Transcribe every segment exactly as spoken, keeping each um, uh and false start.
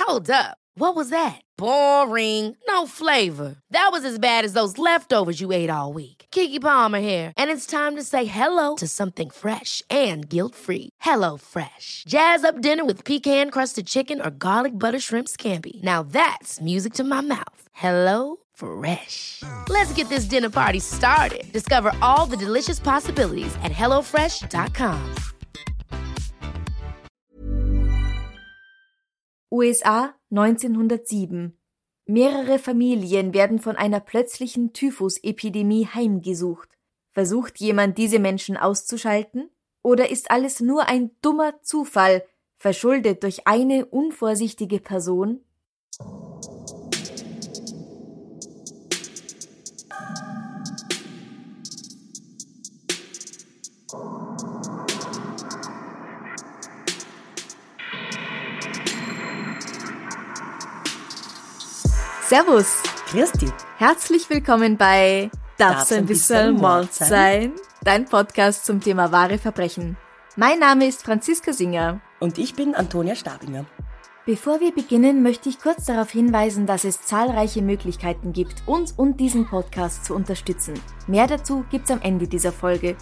Hold up. What was that? Boring. No flavor. That was as bad as those leftovers you ate all week. Keke Palmer here, and it's time to say hello to something fresh and guilt-free. Hello Fresh. Jazz up dinner with pecan-crusted chicken or garlic butter shrimp scampi. Now that's music to my mouth. Hello Fresh. Let's get this dinner party started. Discover all the delicious possibilities at hello fresh dot com. U S A neunzehnhundertsieben. Mehrere Familien werden von einer plötzlichen Typhusepidemie heimgesucht. Versucht jemand, diese Menschen auszuschalten? Oder ist alles nur ein dummer Zufall, verschuldet durch eine unvorsichtige Person? Servus! Grüß dich! Herzlich willkommen bei Darf's ein bisschen Mord sein? Dein Podcast zum Thema wahre Verbrechen. Mein Name ist Franziska Singer. Und ich bin Antonia Stabinger. Bevor wir beginnen, möchte ich kurz darauf hinweisen, dass es zahlreiche Möglichkeiten gibt, uns und diesen Podcast zu unterstützen. Mehr dazu gibt's am Ende dieser Folge.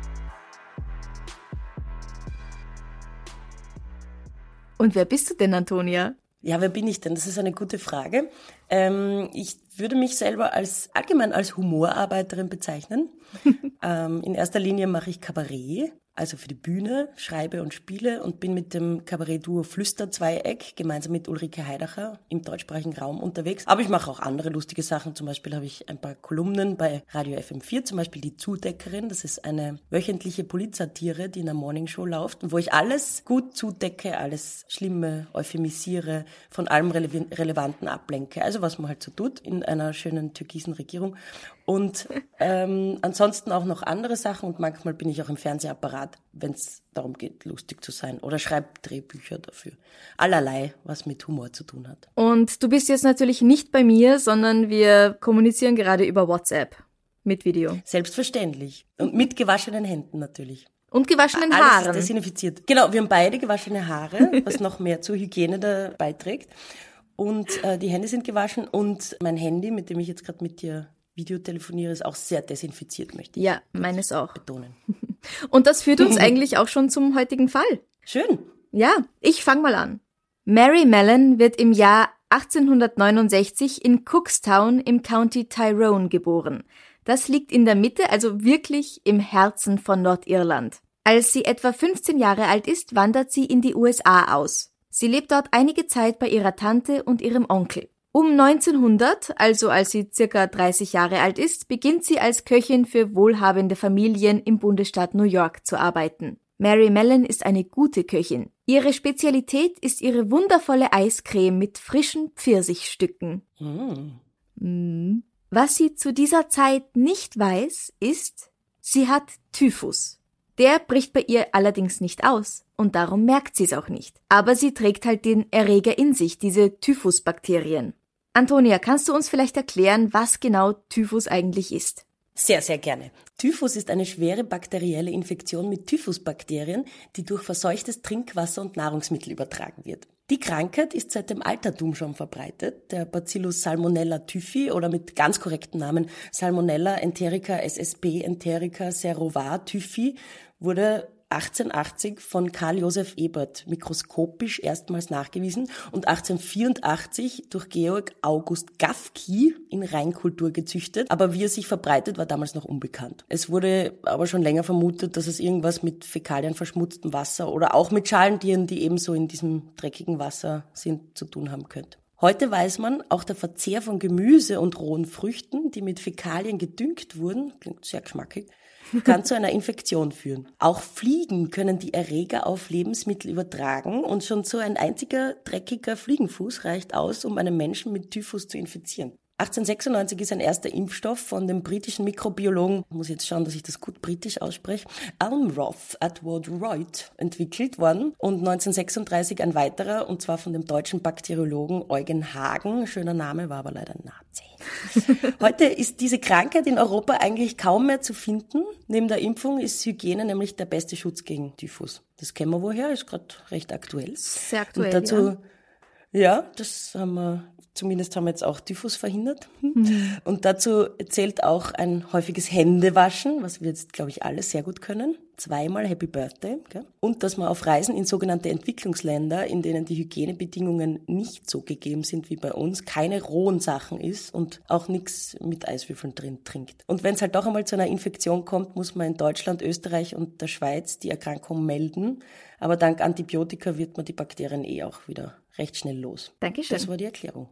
Und wer bist du denn, Antonia? Ja, wer bin ich denn? Das ist eine gute Frage. Ähm, ich würde mich selber als allgemein als Humorarbeiterin bezeichnen. ähm, in erster Linie mache ich Kabarett, also für die Bühne, schreibe und spiele und bin mit dem Kabarett-Duo Flüsterzweieck gemeinsam mit Ulrike Heidacher im deutschsprachigen Raum unterwegs. Aber ich mache auch andere lustige Sachen. Zum Beispiel habe ich ein paar Kolumnen bei Radio F M vier, zum Beispiel die Zudeckerin. Das ist eine wöchentliche Politsatire, die in der Morningshow läuft und wo ich alles gut zudecke, alles Schlimme euphemisiere, von allem Rele- Relevanten ablenke. Also was man halt so tut in einer schönen türkisen Regierung. Und ähm, ansonsten auch noch andere Sachen und manchmal bin ich auch im Fernsehapparat, wenn es darum geht, lustig zu sein oder schreibe Drehbücher dafür. Allerlei, was mit Humor zu tun hat. Und du bist jetzt natürlich nicht bei mir, sondern wir kommunizieren gerade über WhatsApp mit Video. Selbstverständlich. Und mit gewaschenen Händen natürlich. Und gewaschenen Alles Haaren. Ist desinfiziert. Genau, wir haben beide gewaschene Haare, was noch mehr zur Hygiene da beiträgt. Und äh, die Hände sind gewaschen und mein Handy, mit dem ich jetzt gerade mit dir Videotelefoniere, ist auch sehr desinfiziert, möchte ich Ja, meines auch. betonen. Und das führt uns eigentlich auch schon zum heutigen Fall. Schön. Ja, ich fang mal an. Mary Mallon wird im Jahr achtzehnhundertneunundsechzig in Cookstown im County Tyrone geboren. Das liegt in der Mitte, also wirklich im Herzen von Nordirland. Als sie etwa fünfzehn Jahre alt ist, wandert sie in die U S A aus. Sie lebt dort einige Zeit bei ihrer Tante und ihrem Onkel. Um neunzehnhundert, also als sie circa dreißig Jahre alt ist, beginnt sie als Köchin für wohlhabende Familien im Bundesstaat New York zu arbeiten. Mary Mallon ist eine gute Köchin. Ihre Spezialität ist ihre wundervolle Eiscreme mit frischen Pfirsichstücken. Mm. Was sie zu dieser Zeit nicht weiß, ist, sie hat Typhus. Der bricht bei ihr allerdings nicht aus und darum merkt sie es auch nicht. Aber sie trägt halt den Erreger in sich, diese Typhusbakterien. Antonia, kannst du uns vielleicht erklären, was genau Typhus eigentlich ist? Sehr, sehr gerne. Typhus ist eine schwere bakterielle Infektion mit Typhusbakterien, die durch verseuchtes Trinkwasser und Nahrungsmittel übertragen wird. Die Krankheit ist seit dem Altertum schon verbreitet. Der Bacillus Salmonella typhi oder mit ganz korrekten Namen Salmonella enterica S S B enterica serovar typhi wurde achtzehnhundertachtzig von Karl Joseph Ebert mikroskopisch erstmals nachgewiesen und achtzehnhundertvierundachtzig durch Georg August Gafki in Reinkultur gezüchtet. Aber wie er sich verbreitet, war damals noch unbekannt. Es wurde aber schon länger vermutet, dass es irgendwas mit Fäkalien verschmutztem Wasser oder auch mit Schalentieren, die ebenso in diesem dreckigen Wasser sind, zu tun haben könnte. Heute weiß man, auch der Verzehr von Gemüse und rohen Früchten, die mit Fäkalien gedüngt wurden, klingt sehr geschmackig, kann zu einer Infektion führen. Auch Fliegen können die Erreger auf Lebensmittel übertragen und schon so ein einziger dreckiger Fliegenfuß reicht aus, um einen Menschen mit Typhus zu infizieren. achtzehnhundertsechsundneunzig ist ein erster Impfstoff von dem britischen Mikrobiologen, ich muss jetzt schauen, dass ich das gut britisch ausspreche, Almroth Edward Wright entwickelt worden und neunzehnhundertsechsunddreißig ein weiterer, und zwar von dem deutschen Bakteriologen Eugen Hagen, schöner Name, war aber leider ein Nazi. Heute ist diese Krankheit in Europa eigentlich kaum mehr zu finden. Neben der Impfung ist Hygiene nämlich der beste Schutz gegen Typhus. Das kennen wir woher, ist gerade recht aktuell. Sehr aktuell, und dazu ja. Ja, das haben wir, zumindest haben wir jetzt auch Typhus verhindert. Mhm. Und dazu zählt auch ein häufiges Händewaschen, was wir jetzt, glaube ich, alle sehr gut können. Zweimal Happy Birthday. Gell? Und dass man auf Reisen in sogenannte Entwicklungsländer, in denen die Hygienebedingungen nicht so gegeben sind wie bei uns, keine rohen Sachen isst und auch nichts mit Eiswürfeln drin trinkt. Und wenn es halt doch einmal zu einer Infektion kommt, muss man in Deutschland, Österreich und der Schweiz die Erkrankung melden. Aber dank Antibiotika wird man die Bakterien eh auch wieder recht schnell los. Dankeschön. Das war die Erklärung.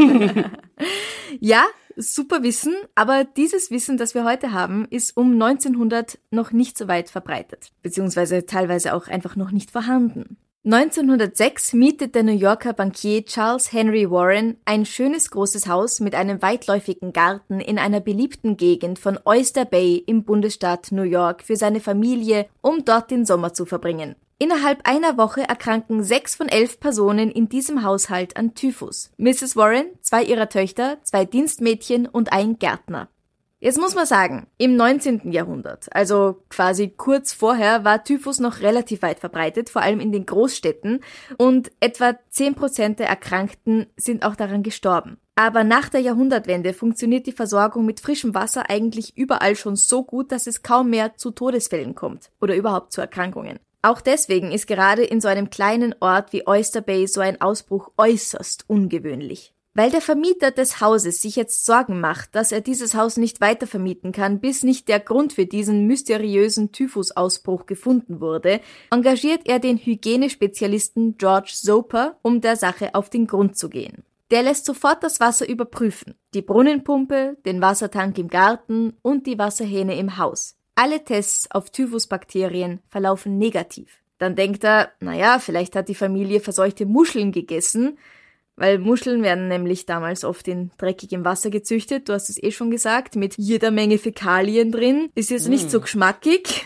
Ja, super Wissen, aber dieses Wissen, das wir heute haben, ist um neunzehnhundert noch nicht so weit verbreitet, beziehungsweise teilweise auch einfach noch nicht vorhanden. neunzehnhundertsechs mietet der New Yorker Bankier Charles Henry Warren ein schönes großes Haus mit einem weitläufigen Garten in einer beliebten Gegend von Oyster Bay im Bundesstaat New York für seine Familie, um dort den Sommer zu verbringen. Innerhalb einer Woche erkranken sechs von elf Personen in diesem Haushalt an Typhus. Misses Warren, zwei ihrer Töchter, zwei Dienstmädchen und ein Gärtner. Jetzt muss man sagen, im neunzehnten Jahrhundert, also quasi kurz vorher, war Typhus noch relativ weit verbreitet, vor allem in den Großstädten, und etwa zehn Prozent der Erkrankten sind auch daran gestorben. Aber nach der Jahrhundertwende funktioniert die Versorgung mit frischem Wasser eigentlich überall schon so gut, dass es kaum mehr zu Todesfällen kommt oder überhaupt zu Erkrankungen. Auch deswegen ist gerade in so einem kleinen Ort wie Oyster Bay so ein Ausbruch äußerst ungewöhnlich. Weil der Vermieter des Hauses sich jetzt Sorgen macht, dass er dieses Haus nicht weiter vermieten kann, bis nicht der Grund für diesen mysteriösen Typhusausbruch gefunden wurde, engagiert er den Hygienespezialisten George Soper, um der Sache auf den Grund zu gehen. Der lässt sofort das Wasser überprüfen, die Brunnenpumpe, den Wassertank im Garten und die Wasserhähne im Haus. Alle Tests auf Typhusbakterien verlaufen negativ. Dann denkt er, naja, vielleicht hat die Familie verseuchte Muscheln gegessen, weil Muscheln werden nämlich damals oft in dreckigem Wasser gezüchtet, du hast es eh schon gesagt, mit jeder Menge Fäkalien drin. Ist jetzt nicht so geschmackig,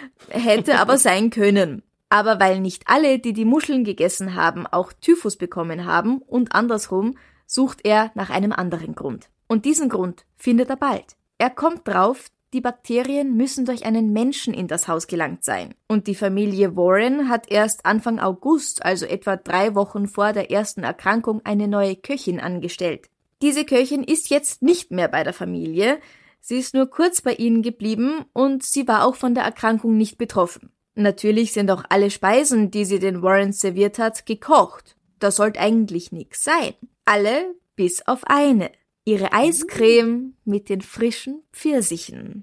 hätte aber sein können. Aber weil nicht alle, die die Muscheln gegessen haben, auch Typhus bekommen haben und andersrum, sucht er nach einem anderen Grund. Und diesen Grund findet er bald. Er kommt drauf, die Bakterien müssen durch einen Menschen in das Haus gelangt sein. Und die Familie Warren hat erst Anfang August, also etwa drei Wochen vor der ersten Erkrankung, eine neue Köchin angestellt. Diese Köchin ist jetzt nicht mehr bei der Familie. Sie ist nur kurz bei ihnen geblieben und sie war auch von der Erkrankung nicht betroffen. Natürlich sind auch alle Speisen, die sie den Warrens serviert hat, gekocht. Da sollte eigentlich nichts sein. Alle bis auf eine. Ihre Eiscreme mit den frischen Pfirsichen.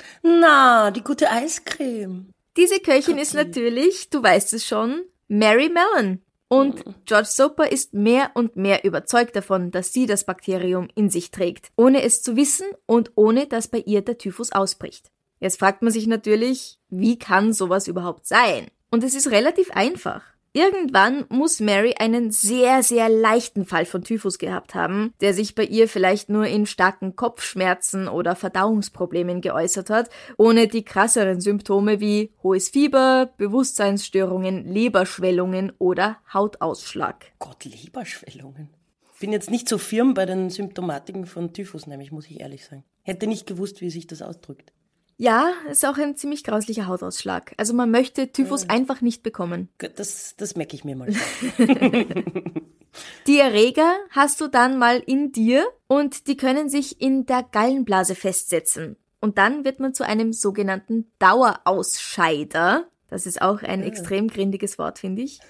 Na, die gute Eiscreme. Diese Köchin ist natürlich, du weißt es schon, Mary Mallon. Und George Soper ist mehr und mehr überzeugt davon, dass sie das Bakterium in sich trägt, ohne es zu wissen und ohne, dass bei ihr der Typhus ausbricht. Jetzt fragt man sich natürlich, wie kann sowas überhaupt sein? Und es ist relativ einfach. Irgendwann muss Mary einen sehr, sehr leichten Fall von Typhus gehabt haben, der sich bei ihr vielleicht nur in starken Kopfschmerzen oder Verdauungsproblemen geäußert hat, ohne die krasseren Symptome wie hohes Fieber, Bewusstseinsstörungen, Leberschwellungen oder Hautausschlag. Gott, Leberschwellungen. Ich bin jetzt nicht so firm bei den Symptomatiken von Typhus, nämlich, muss ich ehrlich sagen. Hätte nicht gewusst, wie sich das ausdrückt. Ja, ist auch ein ziemlich grauslicher Hautausschlag. Also man möchte Typhus äh, einfach nicht bekommen. Das, das merke ich mir mal. Die Erreger hast du dann mal in dir und die können sich in der Gallenblase festsetzen. Und dann wird man zu einem sogenannten Dauerausscheider. Das ist auch ein ja. extrem grindiges Wort, finde ich.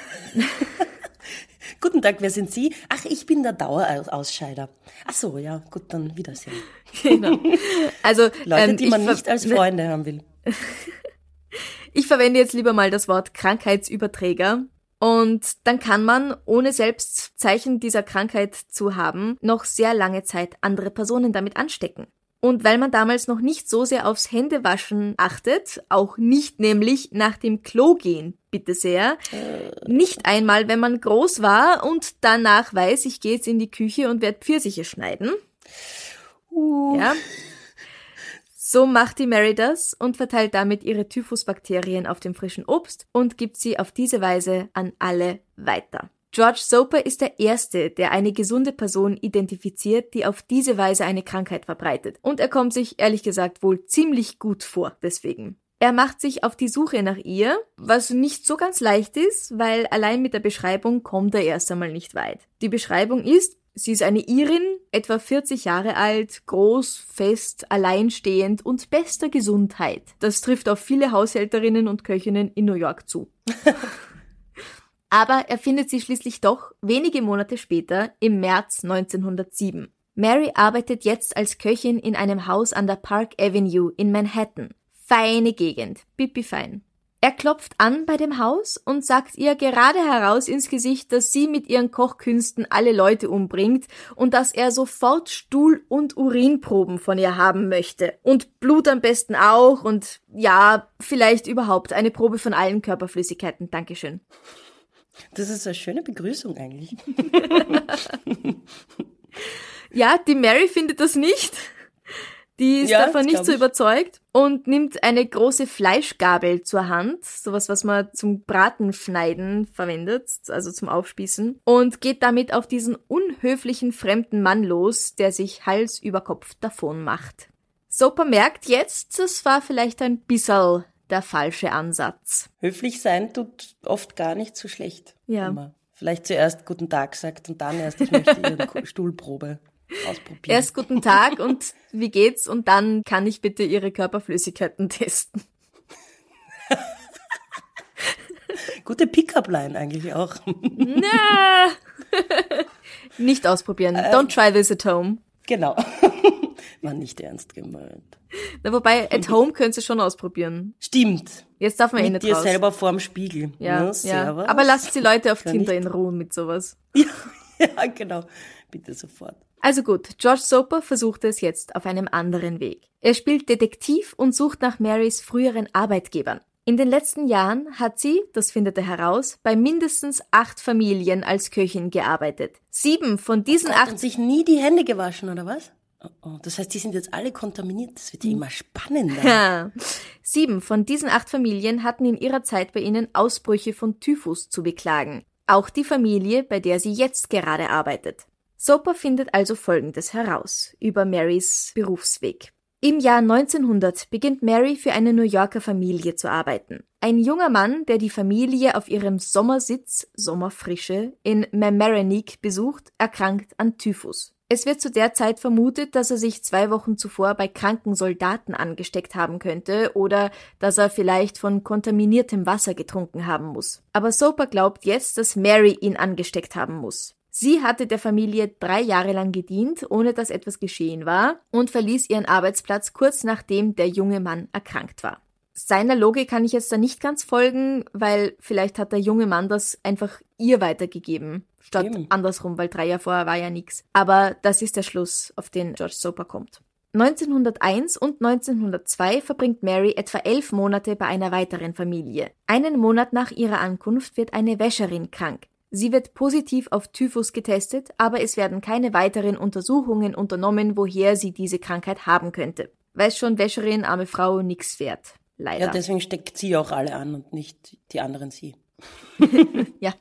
Guten Tag, wer sind Sie? Ach, ich bin der Dauerausscheider. Ach so, ja, gut, dann Wiedersehen. Genau. Also, Leute, ähm, die man ver- nicht als Freunde haben will. Ich verwende jetzt lieber mal das Wort Krankheitsüberträger. Und dann kann man, ohne selbst Zeichen dieser Krankheit zu haben, noch sehr lange Zeit andere Personen damit anstecken. Und weil man damals noch nicht so sehr aufs Händewaschen achtet, auch nicht nämlich nach dem Klo gehen, bitte sehr, nicht einmal, wenn man groß war und danach weiß, ich gehe jetzt in die Küche und werde Pfirsiche schneiden. Uh. Ja. So macht die Mary das und verteilt damit ihre Typhusbakterien auf dem frischen Obst und gibt sie auf diese Weise an alle weiter. George Soper ist der Erste, der eine gesunde Person identifiziert, die auf diese Weise eine Krankheit verbreitet. Und er kommt sich, ehrlich gesagt, wohl ziemlich gut vor deswegen. Er macht sich auf die Suche nach ihr, was nicht so ganz leicht ist, weil allein mit der Beschreibung kommt er erst einmal nicht weit. Die Beschreibung ist, sie ist eine Irin, etwa vierzig Jahre alt, groß, fest, alleinstehend und bester Gesundheit. Das trifft auf viele Haushälterinnen und Köchinnen in New York zu. Aber er findet sie schließlich doch wenige Monate später, im März neunzehnhundertsieben. Mary arbeitet jetzt als Köchin in einem Haus an der Park Avenue in Manhattan. Feine Gegend, pipifein. Er klopft an bei dem Haus und sagt ihr gerade heraus ins Gesicht, dass sie mit ihren Kochkünsten alle Leute umbringt und dass er sofort Stuhl- und Urinproben von ihr haben möchte. Und Blut am besten auch und ja, vielleicht überhaupt eine Probe von allen Körperflüssigkeiten. Dankeschön. Das ist eine schöne Begrüßung eigentlich. Ja, die Mary findet das nicht. Die ist ja, davon nicht so überzeugt und nimmt eine große Fleischgabel zur Hand, sowas, was man zum Bratenschneiden verwendet, also zum Aufspießen, und geht damit auf diesen unhöflichen fremden Mann los, der sich Hals über Kopf davon macht. Soper merkt jetzt, das war vielleicht ein bisschen der falsche Ansatz. Höflich sein tut oft gar nicht so schlecht. Ja. Wenn man vielleicht zuerst Guten Tag sagt und dann erst, ich möchte Ihre Stuhlprobe ausprobieren. Erst guten Tag und wie geht's und dann kann ich bitte Ihre Körperflüssigkeiten testen. Gute Pick-up-Line eigentlich auch. Na. Nicht ausprobieren. Ähm, Don't try this at home. Genau. War nicht ernst gemeint. Na, wobei, at home könnt ihr schon ausprobieren. Stimmt. Jetzt darf man mit eh nicht dir raus. Selber vorm Spiegel. Ja, ja, ja. Aber lasst die Leute auf Kann Tinder nicht. in Ruhe mit sowas. Ja, ja, genau. Bitte sofort. Also gut, George Soper versucht es jetzt auf einem anderen Weg. Er spielt Detektiv und sucht nach Marys früheren Arbeitgebern. In den letzten Jahren hat sie, das findet er heraus, bei mindestens acht Familien als Köchin gearbeitet. Sieben von diesen oh Gott, acht... Und sich nie die Hände gewaschen, oder was? Oh, oh, das heißt, die sind jetzt alle kontaminiert. Das wird ja immer spannender. Ja. Sieben von diesen acht Familien hatten in ihrer Zeit bei ihnen Ausbrüche von Typhus zu beklagen. Auch die Familie, bei der sie jetzt gerade arbeitet. Soper findet also Folgendes heraus über Marys Berufsweg. Im Jahr neunzehnhundert beginnt Mary für eine New Yorker Familie zu arbeiten. Ein junger Mann, der die Familie auf ihrem Sommersitz, Sommerfrische, in Mamaroneck besucht, erkrankt an Typhus. Es wird zu der Zeit vermutet, dass er sich zwei Wochen zuvor bei kranken Soldaten angesteckt haben könnte oder dass er vielleicht von kontaminiertem Wasser getrunken haben muss. Aber Soper glaubt jetzt, dass Mary ihn angesteckt haben muss. Sie hatte der Familie drei Jahre lang gedient, ohne dass etwas geschehen war, und verließ ihren Arbeitsplatz kurz nachdem der junge Mann erkrankt war. Seiner Logik kann ich jetzt da nicht ganz folgen, weil vielleicht hat der junge Mann das einfach ihr weitergegeben, statt Eben. andersrum, weil drei Jahre vorher war ja nichts. Aber das ist der Schluss, auf den George Soper kommt. neunzehnhunderteins und neunzehnhundertzwei verbringt Mary etwa elf Monate bei einer weiteren Familie. Einen Monat nach ihrer Ankunft wird eine Wäscherin krank. Sie wird positiv auf Typhus getestet, aber es werden keine weiteren Untersuchungen unternommen, woher sie diese Krankheit haben könnte. Weiß schon, Wäscherin, arme Frau, nix wert. Leider. Ja, deswegen steckt sie auch alle an und nicht die anderen sie. Ja.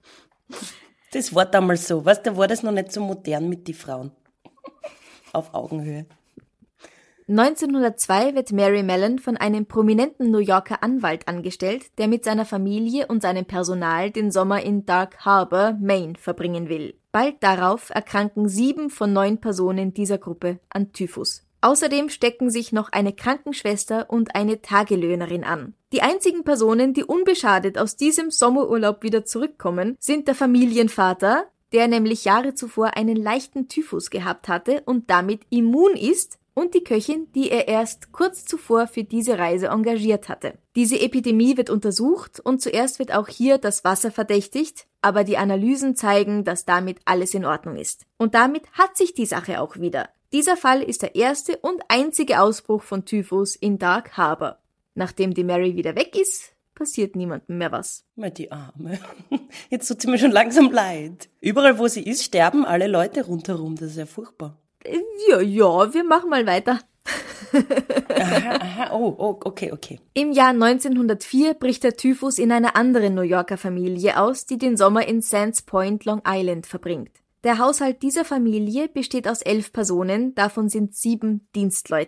Das war damals so. Weißt du, da war das noch nicht so modern mit den Frauen. Auf Augenhöhe. neunzehnhundertzwei wird Mary Mallon von einem prominenten New Yorker Anwalt angestellt, der mit seiner Familie und seinem Personal den Sommer in Dark Harbor, Maine, verbringen will. Bald darauf erkranken sieben von neun Personen dieser Gruppe an Typhus. Außerdem stecken sich noch eine Krankenschwester und eine Tagelöhnerin an. Die einzigen Personen, die unbeschadet aus diesem Sommerurlaub wieder zurückkommen, sind der Familienvater, der nämlich Jahre zuvor einen leichten Typhus gehabt hatte und damit immun ist, und die Köchin, die er erst kurz zuvor für diese Reise engagiert hatte. Diese Epidemie wird untersucht und zuerst wird auch hier das Wasser verdächtigt, aber die Analysen zeigen, dass damit alles in Ordnung ist. Und damit hat sich die Sache auch wieder. Dieser Fall ist der erste und einzige Ausbruch von Typhus in Dark Harbor. Nachdem die Mary wieder weg ist, passiert niemandem mehr was. Die Arme. Jetzt tut sie mir schon langsam leid. Überall, wo sie ist, sterben alle Leute rundherum. Das ist ja furchtbar. Ja, ja, wir machen mal weiter. Aha, aha, oh, oh, okay, okay. Im Jahr neunzehnhundertvier bricht der Typhus in einer anderen New Yorker Familie aus, die den Sommer in Sands Point, Long Island verbringt. Der Haushalt dieser Familie besteht aus elf Personen, davon sind sieben Dienstleute.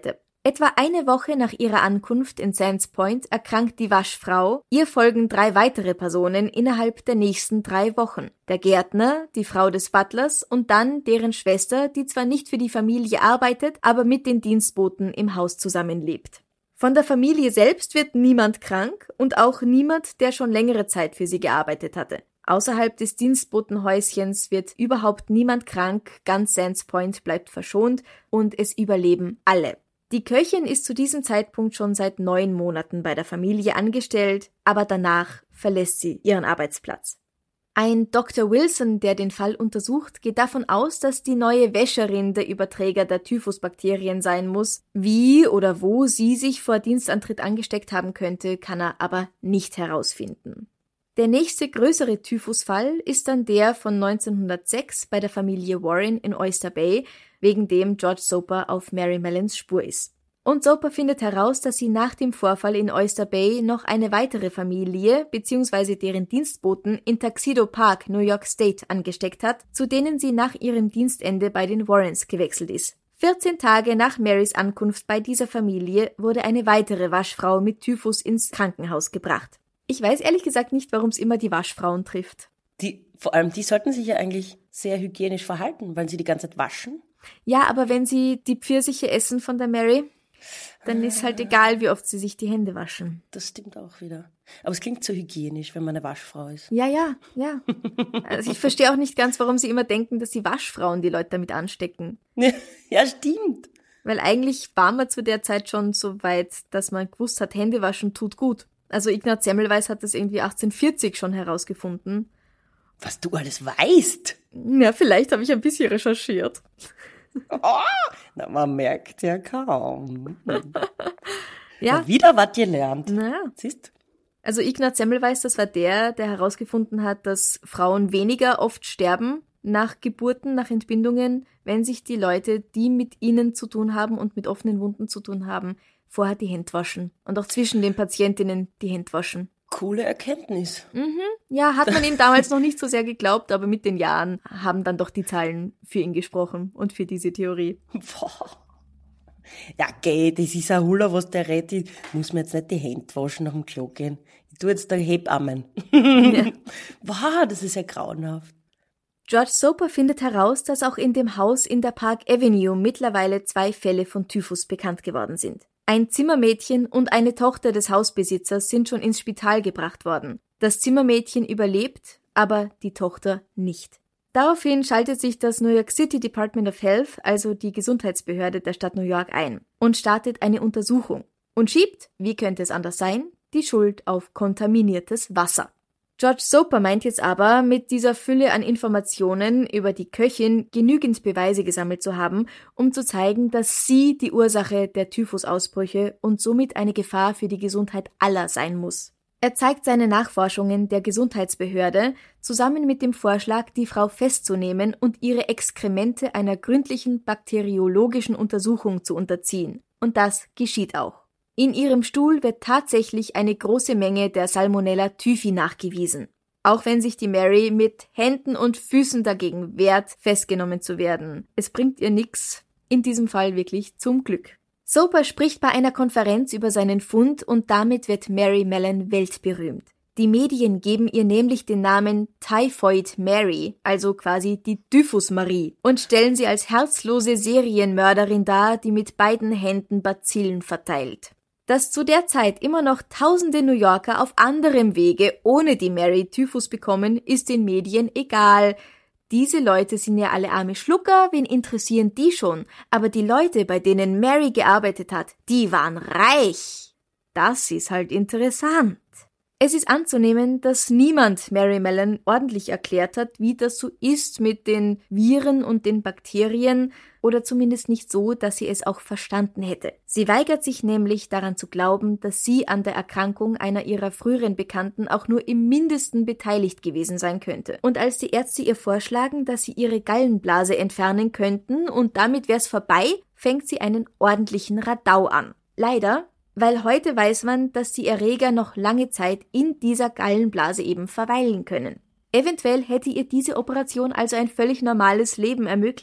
Etwa eine Woche nach ihrer Ankunft in Sands Point erkrankt die Waschfrau, ihr folgen drei weitere Personen innerhalb der nächsten drei Wochen. Der Gärtner, die Frau des Butlers und dann deren Schwester, die zwar nicht für die Familie arbeitet, aber mit den Dienstboten im Haus zusammenlebt. Von der Familie selbst wird niemand krank und auch niemand, der schon längere Zeit für sie gearbeitet hatte. Außerhalb des Dienstbotenhäuschens wird überhaupt niemand krank, ganz Sands Point bleibt verschont und es überleben alle. Die Köchin ist zu diesem Zeitpunkt schon seit neun Monaten bei der Familie angestellt, aber danach verlässt sie ihren Arbeitsplatz. Ein Doktor Wilson, der den Fall untersucht, geht davon aus, dass die neue Wäscherin der Überträger der Typhusbakterien sein muss. Wie oder wo sie sich vor Dienstantritt angesteckt haben könnte, kann er aber nicht herausfinden. Der nächste größere Typhusfall ist dann der von neunzehnhundertsechs bei der Familie Warren in Oyster Bay, wegen dem George Soper auf Mary Mellons Spur ist. Und Soper findet heraus, dass sie nach dem Vorfall in Oyster Bay noch eine weitere Familie bzw. deren Dienstboten in Tuxedo Park, New York State, angesteckt hat, zu denen sie nach ihrem Dienstende bei den Warrens gewechselt ist. vierzehn Tage nach Marys Ankunft bei dieser Familie wurde eine weitere Waschfrau mit Typhus ins Krankenhaus gebracht. Ich weiß ehrlich gesagt nicht, warum es immer die Waschfrauen trifft. Die, vor allem, die sollten sich ja eigentlich sehr hygienisch verhalten, weil sie die ganze Zeit waschen. Ja, aber wenn sie die Pfirsiche essen von der Mary, dann ah. ist halt egal, wie oft sie sich die Hände waschen. Das stimmt auch wieder. Aber es klingt so hygienisch, wenn man eine Waschfrau ist. Ja, ja, ja. Also ich verstehe auch nicht ganz, warum sie immer denken, dass die Waschfrauen die Leute damit anstecken. Ja, stimmt. Weil eigentlich waren wir zu der Zeit schon so weit, dass man gewusst hat, Hände waschen tut gut. Also Ignaz Semmelweis hat das irgendwie achtzehnhundertvierzig schon herausgefunden. Was du alles weißt? Ja, vielleicht habe ich ein bisschen recherchiert. Oh, na, man merkt ja kaum. Ja. Na, wieder was gelernt. Naja. Siehst? Also Ignaz Semmelweis, das war der, der herausgefunden hat, dass Frauen weniger oft sterben nach Geburten, nach Entbindungen, wenn sich die Leute, die mit ihnen zu tun haben und mit offenen Wunden zu tun haben, vorher die Hände waschen. Und auch zwischen den Patientinnen die Hände waschen. Coole Erkenntnis. Mhm. Ja, hat man ihm damals noch nicht so sehr geglaubt, aber mit den Jahren haben dann doch die Zahlen für ihn gesprochen und für diese Theorie. Boah. Ja, geh, das ist ein Huller, was der redet. Ich muss mir jetzt nicht die Hände waschen nach dem Klo gehen. Ich tu jetzt da Hebammen. Ja. Wow, das ist ja grauenhaft. George Soper findet heraus, dass auch in dem Haus in der Park Avenue mittlerweile zwei Fälle von Typhus bekannt geworden sind. Ein Zimmermädchen und eine Tochter des Hausbesitzers sind schon ins Spital gebracht worden. Das Zimmermädchen überlebt, aber die Tochter nicht. Daraufhin schaltet sich das New York City Department of Health, also die Gesundheitsbehörde der Stadt New York, ein und startet eine Untersuchung und schiebt, wie könnte es anders sein, die Schuld auf kontaminiertes Wasser. George Soper meint jetzt aber, mit dieser Fülle an Informationen über die Köchin genügend Beweise gesammelt zu haben, um zu zeigen, dass sie die Ursache der Typhusausbrüche und somit eine Gefahr für die Gesundheit aller sein muss. Er zeigt seine Nachforschungen der Gesundheitsbehörde zusammen mit dem Vorschlag, die Frau festzunehmen und ihre Exkremente einer gründlichen bakteriologischen Untersuchung zu unterziehen. Und das geschieht auch. In ihrem Stuhl wird tatsächlich eine große Menge der Salmonella typhi nachgewiesen. Auch wenn sich die Mary mit Händen und Füßen dagegen wehrt, festgenommen zu werden. Es bringt ihr nix, in diesem Fall wirklich zum Glück. Soper spricht bei einer Konferenz über seinen Fund und damit wird Mary Mellen weltberühmt. Die Medien geben ihr nämlich den Namen Typhoid Mary, also quasi die Typhus Marie, und stellen sie als herzlose Serienmörderin dar, die mit beiden Händen Bazillen verteilt. Dass zu der Zeit immer noch tausende New Yorker auf anderem Wege ohne die Mary Typhus bekommen, ist den Medien egal. Diese Leute sind ja alle arme Schlucker, wen interessieren die schon? Aber die Leute, bei denen Mary gearbeitet hat, die waren reich. Das ist halt interessant. Es ist anzunehmen, dass niemand Mary Mellen ordentlich erklärt hat, wie das so ist mit den Viren und den Bakterien, oder zumindest nicht so, dass sie es auch verstanden hätte. Sie weigert sich nämlich daran zu glauben, dass sie an der Erkrankung einer ihrer früheren Bekannten auch nur im Mindesten beteiligt gewesen sein könnte. Und als die Ärzte ihr vorschlagen, dass sie ihre Gallenblase entfernen könnten und damit wär's vorbei, fängt sie einen ordentlichen Radau an. Leider, weil heute weiß man, dass die Erreger noch lange Zeit in dieser Gallenblase eben verweilen können. Eventuell hätte ihr diese Operation also ein völlig normales Leben ermöglicht.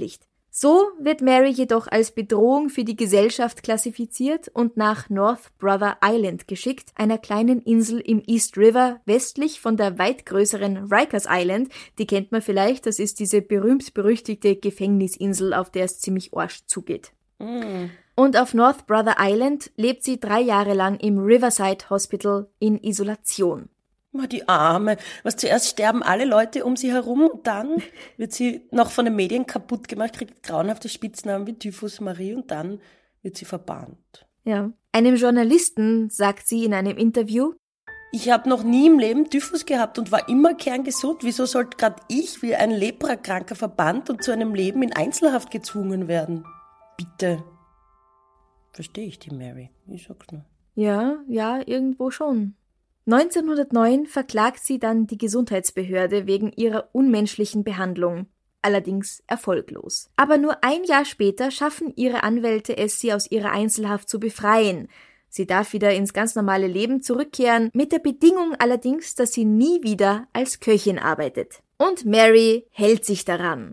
So wird Mary jedoch als Bedrohung für die Gesellschaft klassifiziert und nach North Brother Island geschickt, einer kleinen Insel im East River westlich von der weit größeren Rikers Island. Die kennt man vielleicht, das ist diese berühmt-berüchtigte Gefängnisinsel, auf der es ziemlich arsch zugeht. Mm. Und auf North Brother Island lebt sie drei Jahre lang im Riverside Hospital in Isolation. Ma, die Arme. Was, zuerst sterben alle Leute um sie herum und dann wird sie noch von den Medien kaputt gemacht, kriegt grauenhafte Spitznamen wie Typhus Marie und dann wird sie verbannt. Ja. Einem Journalisten sagt sie in einem Interview: Ich habe noch nie im Leben Typhus gehabt und war immer kerngesund. Wieso sollte gerade ich wie ein Leprakranker verbannt und zu einem Leben in Einzelhaft gezwungen werden? Bitte. Verstehe ich die Mary. Ich sag's nur. Ja, ja, irgendwo schon. neunzehnhundertneun verklagt sie dann die Gesundheitsbehörde wegen ihrer unmenschlichen Behandlung. Allerdings erfolglos. Aber nur ein Jahr später schaffen ihre Anwälte es, sie aus ihrer Einzelhaft zu befreien. Sie darf wieder ins ganz normale Leben zurückkehren, mit der Bedingung allerdings, dass sie nie wieder als Köchin arbeitet. Und Mary hält sich daran.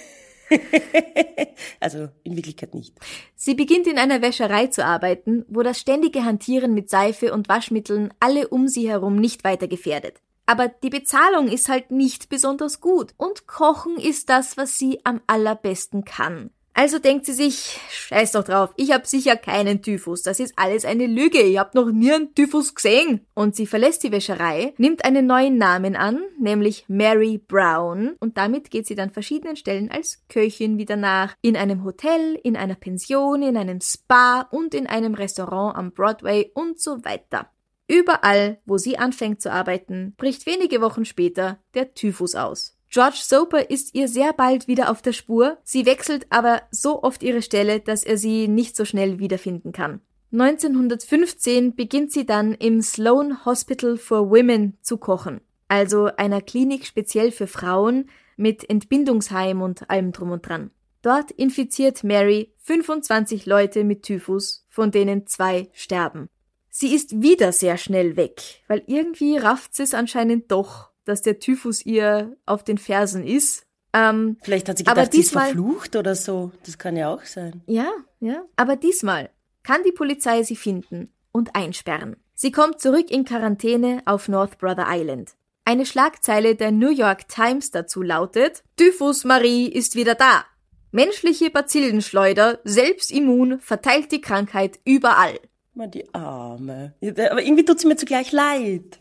Also in Wirklichkeit nicht. Sie beginnt in einer Wäscherei zu arbeiten, wo das ständige Hantieren mit Seife und Waschmitteln alle um sie herum nicht weiter gefährdet. Aber die Bezahlung ist halt nicht besonders gut und Kochen ist das, was sie am allerbesten kann. Also denkt sie sich, scheiß doch drauf, ich hab sicher keinen Typhus, das ist alles eine Lüge, ich hab noch nie einen Typhus gesehen. Und sie verlässt die Wäscherei, nimmt einen neuen Namen an, nämlich Mary Brown, und damit geht sie dann verschiedenen Stellen als Köchin wieder nach, in einem Hotel, in einer Pension, in einem Spa und in einem Restaurant am Broadway und so weiter. Überall, wo sie anfängt zu arbeiten, bricht wenige Wochen später der Typhus aus. George Soper ist ihr sehr bald wieder auf der Spur, sie wechselt aber so oft ihre Stelle, dass er sie nicht so schnell wiederfinden kann. neunzehnhundertfünfzehn beginnt sie dann im Sloan Hospital for Women zu kochen, also einer Klinik speziell für Frauen mit Entbindungsheim und allem drum und dran. Dort infiziert Mary fünfundzwanzig Leute mit Typhus, von denen zwei sterben. Sie ist wieder sehr schnell weg, weil irgendwie rafft sie es anscheinend doch, dass der Typhus ihr auf den Fersen ist. Ähm, Vielleicht hat sie gedacht, aber sie ist diesmal, verflucht oder so. Das kann ja auch sein. Ja, ja. Aber diesmal kann die Polizei sie finden und einsperren. Sie kommt zurück in Quarantäne auf North Brother Island. Eine Schlagzeile der New York Times dazu lautet: Typhus Marie ist wieder da. Menschliche Bazillenschleuder, selbst immun, verteilt die Krankheit überall. Man, die Arme. Aber irgendwie tut sie mir zugleich leid.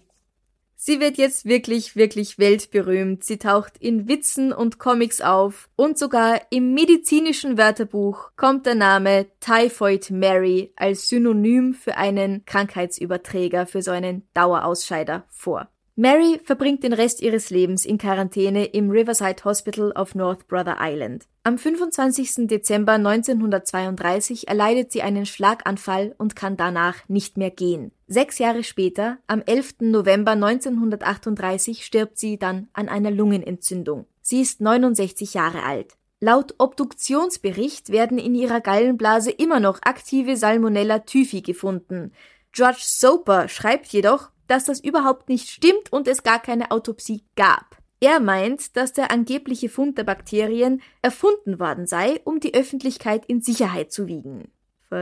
Sie wird jetzt wirklich, wirklich weltberühmt. Sie taucht in Witzen und Comics auf und sogar im medizinischen Wörterbuch kommt der Name Typhoid Mary als Synonym für einen Krankheitsüberträger, für so einen Dauerausscheider vor. Mary verbringt den Rest ihres Lebens in Quarantäne im Riverside Hospital auf North Brother Island. Am fünfundzwanzigsten Dezember neunzehnhundertzweiunddreißig erleidet sie einen Schlaganfall und kann danach nicht mehr gehen. Sechs Jahre später, am elften November neunzehnhundertachtunddreißig, stirbt sie dann an einer Lungenentzündung. Sie ist neunundsechzig Jahre alt. Laut Obduktionsbericht werden in ihrer Gallenblase immer noch aktive Salmonella typhi gefunden. George Soper schreibt jedoch, dass das überhaupt nicht stimmt und es gar keine Autopsie gab. Er meint, dass der angebliche Fund der Bakterien erfunden worden sei, um die Öffentlichkeit in Sicherheit zu wiegen.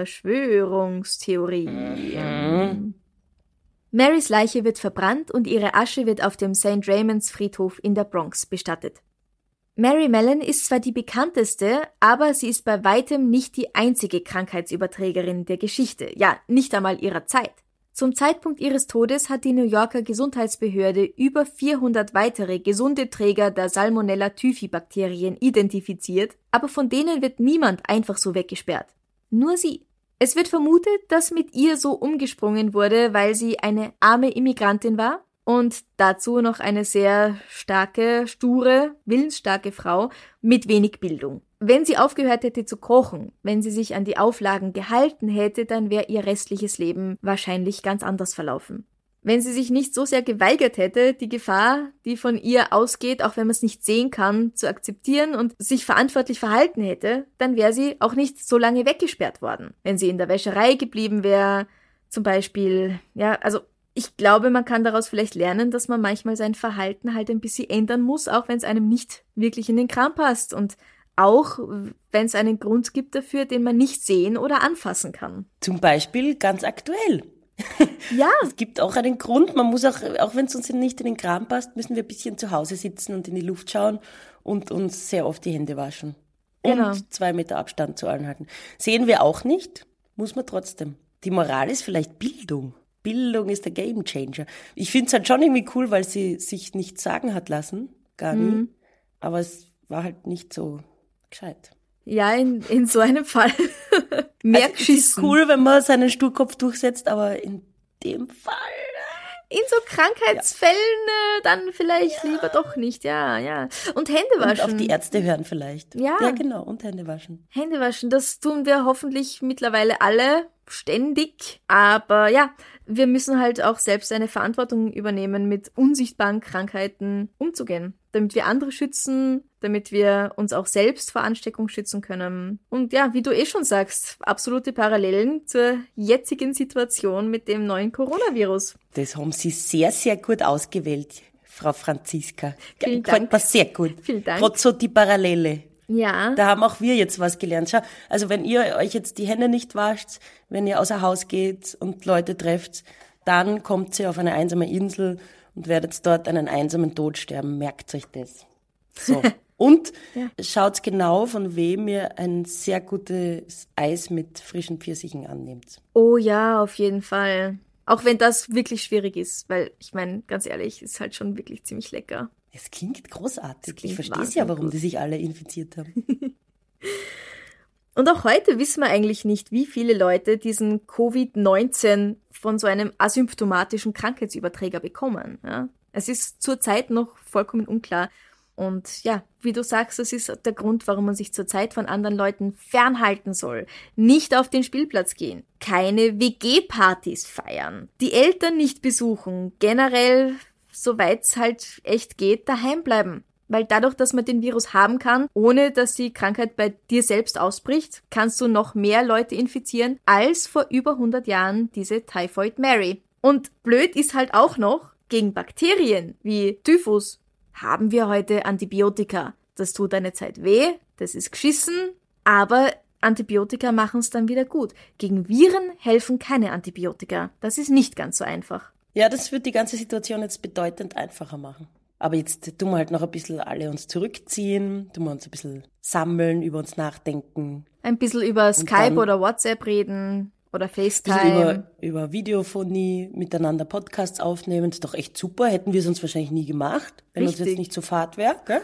Verschwörungstheorie. Mhm. Marys Leiche wird verbrannt und ihre Asche wird auf dem Saint Raymond's Friedhof in der Bronx bestattet. Mary Mallon ist zwar die bekannteste, aber sie ist bei weitem nicht die einzige Krankheitsüberträgerin der Geschichte, ja, nicht einmal ihrer Zeit. Zum Zeitpunkt ihres Todes hat die New Yorker Gesundheitsbehörde über vierhundert weitere gesunde Träger der Salmonella typhi Bakterien identifiziert, aber von denen wird niemand einfach so weggesperrt. Nur sie. Es wird vermutet, dass mit ihr so umgesprungen wurde, weil sie eine arme Immigrantin war und dazu noch eine sehr starke, sture, willensstarke Frau mit wenig Bildung. Wenn sie aufgehört hätte zu kochen, wenn sie sich an die Auflagen gehalten hätte, dann wäre ihr restliches Leben wahrscheinlich ganz anders verlaufen. Wenn sie sich nicht so sehr geweigert hätte, die Gefahr, die von ihr ausgeht, auch wenn man es nicht sehen kann, zu akzeptieren und sich verantwortlich verhalten hätte, dann wäre sie auch nicht so lange weggesperrt worden. Wenn sie in der Wäscherei geblieben wäre, zum Beispiel, ja, also ich glaube, man kann daraus vielleicht lernen, dass man manchmal sein Verhalten halt ein bisschen ändern muss, auch wenn es einem nicht wirklich in den Kram passt und Auch wenn es einen Grund gibt dafür, den man nicht sehen oder anfassen kann. Zum Beispiel ganz aktuell. Ja. Es gibt auch einen Grund, man muss auch, auch wenn es uns nicht in den Kram passt, müssen wir ein bisschen zu Hause sitzen und in die Luft schauen und uns sehr oft die Hände waschen. Genau. Und zwei Meter Abstand zu allen halten. Sehen wir auch nicht, muss man trotzdem. Die Moral ist vielleicht Bildung. Bildung ist der Gamechanger. Ich finde es halt schon irgendwie cool, weil sie sich nichts sagen hat lassen. Gar nie. Mhm. Aber es war halt nicht so gescheit. Ja, in, in so einem Fall. Mehr Also, es ist cool, wenn man seinen Sturkopf durchsetzt, aber in dem Fall... In so Krankheitsfällen äh, dann vielleicht ja. lieber doch nicht, ja, ja. Und Hände waschen. Und auf die Ärzte hören vielleicht. Ja. Ja, genau, und Hände waschen. Hände waschen, das tun wir hoffentlich mittlerweile alle ständig. Aber ja, wir müssen halt auch selbst eine Verantwortung übernehmen, mit unsichtbaren Krankheiten umzugehen. Damit wir andere schützen, damit wir uns auch selbst vor Ansteckung schützen können. Und ja, wie du eh schon sagst, absolute Parallelen zur jetzigen Situation mit dem neuen Coronavirus. Das haben Sie sehr, sehr gut ausgewählt, Frau Franziska. Vielen Gefällt Dank. mir sehr gut. Vielen Dank. Gerade so die Parallele. Ja. Da haben auch wir jetzt was gelernt. Schau, also wenn ihr euch jetzt die Hände nicht wascht, wenn ihr außer Haus geht und Leute trefft, dann kommt ihr auf eine einsame Insel und werdet dort einen einsamen Tod sterben. Merkt euch das. So. Und ja. schaut genau, von wem ihr ein sehr gutes Eis mit frischen Pfirsichen annehmt. Oh ja, auf jeden Fall. Auch wenn das wirklich schwierig ist, weil ich meine, ganz ehrlich, ist halt schon wirklich ziemlich lecker. Es klingt großartig. Klingt ich verstehe es ja, warum gut. die sich alle infiziert haben. Und auch heute wissen wir eigentlich nicht, wie viele Leute diesen Covid neunzehn von so einem asymptomatischen Krankheitsüberträger bekommen. Ja? Es ist zurzeit noch vollkommen unklar. Und ja, wie du sagst, das ist der Grund, warum man sich zurzeit von anderen Leuten fernhalten soll. Nicht auf den Spielplatz gehen, keine W G-Partys feiern, die Eltern nicht besuchen, generell, soweit es halt echt geht, daheim bleiben. Weil dadurch, dass man den Virus haben kann, ohne dass die Krankheit bei dir selbst ausbricht, kannst du noch mehr Leute infizieren als vor über hundert Jahren diese Typhoid Mary. Und blöd ist halt auch noch, gegen Bakterien wie Typhus haben wir heute Antibiotika. Das tut eine Zeit weh, das ist geschissen, aber Antibiotika machen es dann wieder gut. Gegen Viren helfen keine Antibiotika. Das ist nicht ganz so einfach. Ja, das wird die ganze Situation jetzt bedeutend einfacher machen. Aber jetzt tun wir halt noch ein bisschen alle uns zurückziehen, tun wir uns ein bisschen sammeln, über uns nachdenken. Ein bisschen über Skype oder WhatsApp reden oder FaceTime. Ein bisschen über, über Videophonie miteinander Podcasts aufnehmen. Das ist doch echt super. Hätten wir es uns wahrscheinlich nie gemacht, wenn Richtig. uns jetzt nicht so fad wäre. Gell?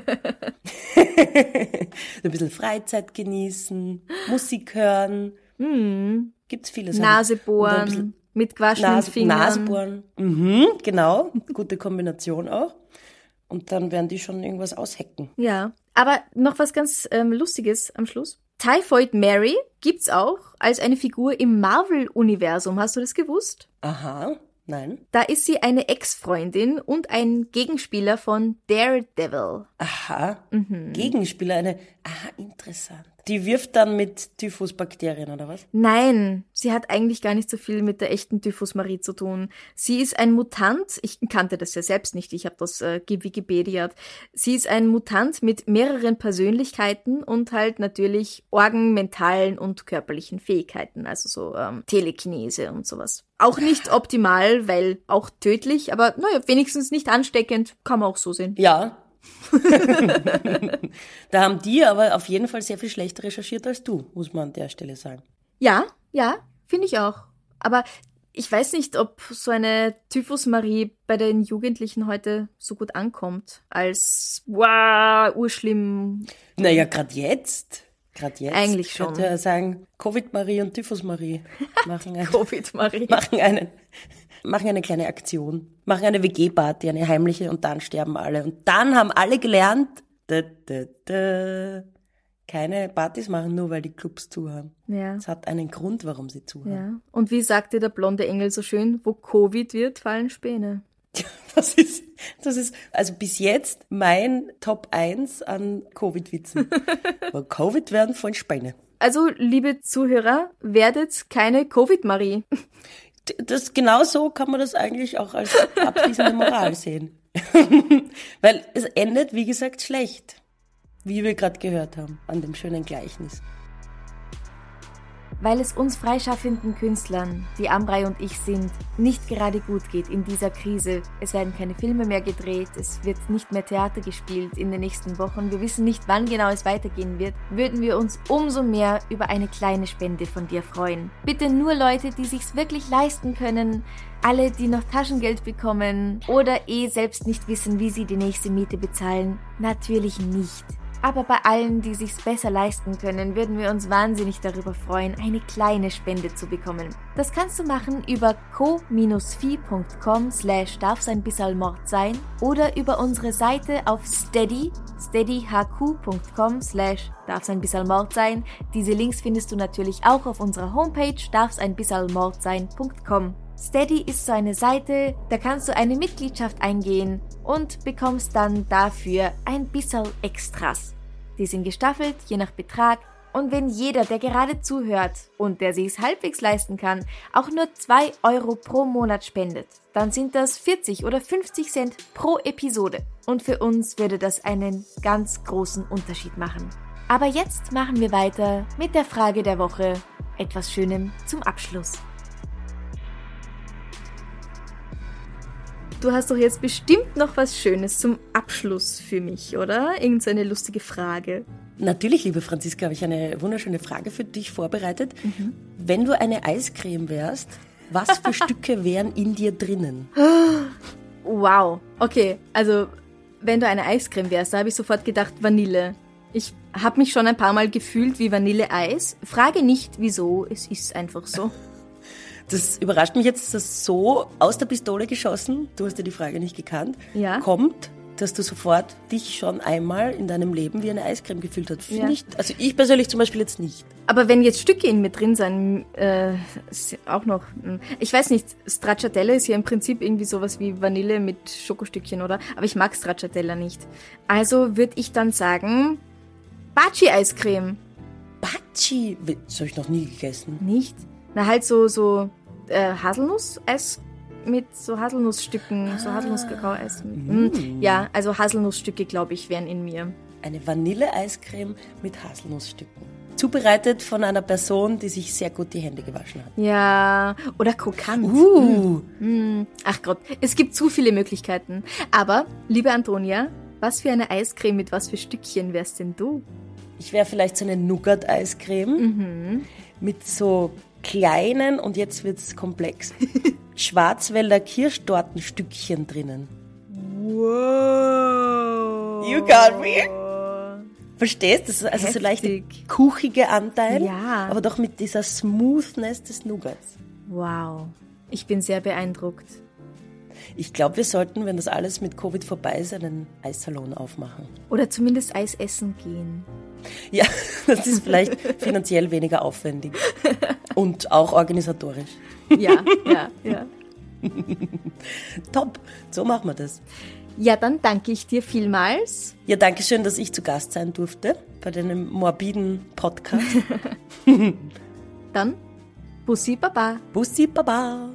Ein bisschen Freizeit genießen, Musik hören. Hm. Gibt's viele Sachen. Nase bohren, mit gewaschenen Nase, Fingern. Nasebohren. Mhm, genau. Gute Kombination auch. Und dann werden die schon irgendwas aushacken. Ja, aber noch was ganz ähm, Lustiges am Schluss. Typhoid Mary gibt's auch als eine Figur im Marvel-Universum. Hast du das gewusst? Aha, nein. Da ist sie eine Ex-Freundin und ein Gegenspieler von Daredevil. Aha, mhm. Gegenspieler, eine, aha, interessant. Die wirft dann mit Typhusbakterien, oder was? Nein, sie hat eigentlich gar nicht so viel mit der echten Typhus Marie zu tun. Sie ist ein Mutant, ich kannte das ja selbst nicht, ich habe das äh, gewikipediert. Sie ist ein Mutant mit mehreren Persönlichkeiten und halt natürlich Organ-, mentalen und körperlichen Fähigkeiten, also so ähm, Telekinese und sowas. Auch nicht optimal, weil auch tödlich, aber naja, wenigstens nicht ansteckend, kann man auch so sehen. Ja. Da haben die aber auf jeden Fall sehr viel schlechter recherchiert als du, muss man an der Stelle sagen. Ja, ja, finde ich auch. Aber ich weiß nicht, ob so eine Typhus-Marie bei den Jugendlichen heute so gut ankommt, als wow, urschlimm. Naja, gerade jetzt. Gerade jetzt. Eigentlich schon. Ich könnte ja sagen, Covid-Marie und Typhus-Marie machen, ein, Covid-Marie. machen, einen, machen eine kleine Aktion, machen eine W G-Party, eine heimliche, und dann sterben alle. Und dann haben alle gelernt, da, da, da, keine Partys machen, nur weil die Clubs zu haben. Ja. Es hat einen Grund, warum sie zu haben. Ja. Und wie sagte der blonde Engel so schön, wo Covid wird, fallen Späne. Das ist, das ist also bis jetzt mein Top eins an Covid-Witzen. Wo Covid werden von Späne. Also, liebe Zuhörer, werdet keine Covid-Marie. Das, genau so kann man das eigentlich auch als abschließende Moral sehen. Weil es endet, wie gesagt, schlecht. wie wir gerade gehört haben, an dem schönen Gleichnis. Weil es uns freischaffenden Künstlern, die Ambrei und ich sind, nicht gerade gut geht in dieser Krise. Es werden keine Filme mehr gedreht, es wird nicht mehr Theater gespielt in den nächsten Wochen. Wir wissen nicht, wann genau es weitergehen wird. Würden wir uns umso mehr über eine kleine Spende von dir freuen. Bitte nur Leute, die sich's wirklich leisten können. Alle, die noch Taschengeld bekommen oder eh selbst nicht wissen, wie sie die nächste Miete bezahlen. Natürlich nicht. Aber bei allen, die sich's besser leisten können, würden wir uns wahnsinnig darüber freuen, eine kleine Spende zu bekommen. Das kannst du machen über ko-fi.com slash darfseinbissalmord oder über unsere Seite auf Steady, steadyhq.com slash darfseinbissalmord. Diese Links findest du natürlich auch auf unserer Homepage darfseinbissalmord punkt com. Steady ist so eine Seite, da kannst du eine Mitgliedschaft eingehen und bekommst dann dafür ein bisschen Extras. Die sind gestaffelt, je nach Betrag. Und wenn jeder, der gerade zuhört und der sich's halbwegs leisten kann, auch nur zwei Euro pro Monat spendet, dann sind das vierzig oder fünfzig Cent pro Episode. Und für uns würde das einen ganz großen Unterschied machen. Aber jetzt machen wir weiter mit der Frage der Woche. Etwas Schönem zum Abschluss. Du hast doch jetzt bestimmt noch was Schönes zum Abschluss für mich, oder? Irgend so eine lustige Frage. Natürlich, liebe Franziska, habe ich eine wunderschöne Frage für dich vorbereitet. Mhm. Wenn du eine Eiscreme wärst, was für Stücke wären in dir drinnen? Wow. Okay, also wenn du eine Eiscreme wärst, da habe ich sofort gedacht Vanille. Ich habe mich schon ein paar Mal gefühlt wie Vanilleeis. Frage nicht, wieso, es ist einfach so. Das überrascht mich jetzt, dass das so aus der Pistole geschossen, du hast ja die Frage nicht gekannt, ja. kommt, dass du sofort dich schon einmal in deinem Leben wie eine Eiscreme gefühlt hast. Ja. Nicht, also ich persönlich zum Beispiel jetzt nicht. Aber wenn jetzt Stücke in mir drin sind, äh, ist auch noch, ich weiß nicht, Stracciatella ist ja im Prinzip irgendwie sowas wie Vanille mit Schokostückchen, oder? Aber ich mag Stracciatella nicht. Also würde ich dann sagen, Baci-Eiscreme. Baci? Das habe ich noch nie gegessen. Nicht? Na halt so, so äh, Haselnuss-Eis mit so Haselnussstücken, ah. so Haselnuss-Kakao-Eis. Mm. Ja, also Haselnussstücke, glaube ich, wären in mir. Eine Vanille-Eiscreme mit Haselnussstücken. Zubereitet von einer Person, die sich sehr gut die Hände gewaschen hat. Ja, oder krokant. Uh. Mm. Ach Gott, es gibt zu viele Möglichkeiten. Aber, liebe Antonia, was für eine Eiscreme mit was für Stückchen wärst denn du? Ich wäre vielleicht so eine Nougat-Eiscreme mhm. mit so kleinen, und jetzt wird's komplex, Schwarzwälder Kirschtortenstückchen drinnen. Wow. You got me? Verstehst du? Das ist also so leicht kuchige Anteil, ja. aber doch mit dieser Smoothness des Nougats. Wow. Ich bin sehr beeindruckt. Ich glaube, wir sollten, wenn das alles mit Covid vorbei ist, einen Eissalon aufmachen. Oder zumindest Eis essen gehen. Ja, das ist vielleicht finanziell weniger aufwendig. Und auch organisatorisch. Ja, ja, ja. Top, so machen wir das. Ja, dann danke ich dir vielmals. Ja, danke schön, dass ich zu Gast sein durfte bei deinem morbiden Podcast. Dann, Bussi Baba. Bussi Baba.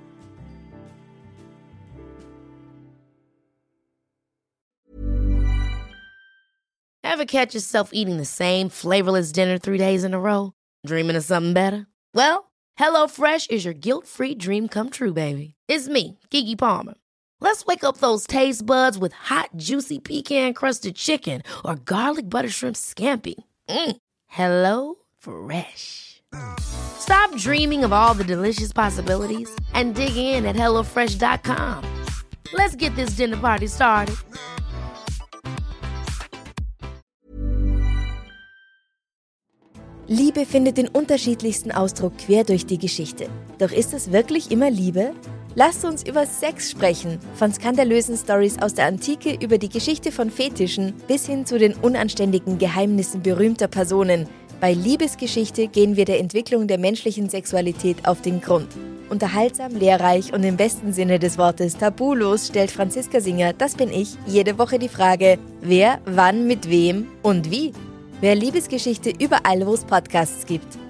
Ever catch yourself eating the same flavorless dinner three days in a row? Dreaming of something better? Well, HelloFresh is your guilt-free dream come true, baby. It's me, Keke Palmer. Let's wake up those taste buds with hot, juicy pecan-crusted chicken or garlic butter shrimp scampi. Mm. Hello Fresh. Stop dreaming of all the delicious possibilities and dig in at hello fresh dot com. Let's get this dinner party started. Liebe findet den unterschiedlichsten Ausdruck quer durch die Geschichte. Doch ist es wirklich immer Liebe? Lasst uns über Sex sprechen. Von skandalösen Storys aus der Antike über die Geschichte von Fetischen bis hin zu den unanständigen Geheimnissen berühmter Personen. Bei Liebesgeschichte gehen wir der Entwicklung der menschlichen Sexualität auf den Grund. Unterhaltsam, lehrreich und im besten Sinne des Wortes tabulos stellt Franziska Singer, das bin ich, jede Woche die Frage, wer, wann, mit wem und wie. Wer Liebesgeschichte überall, wo es Podcasts gibt.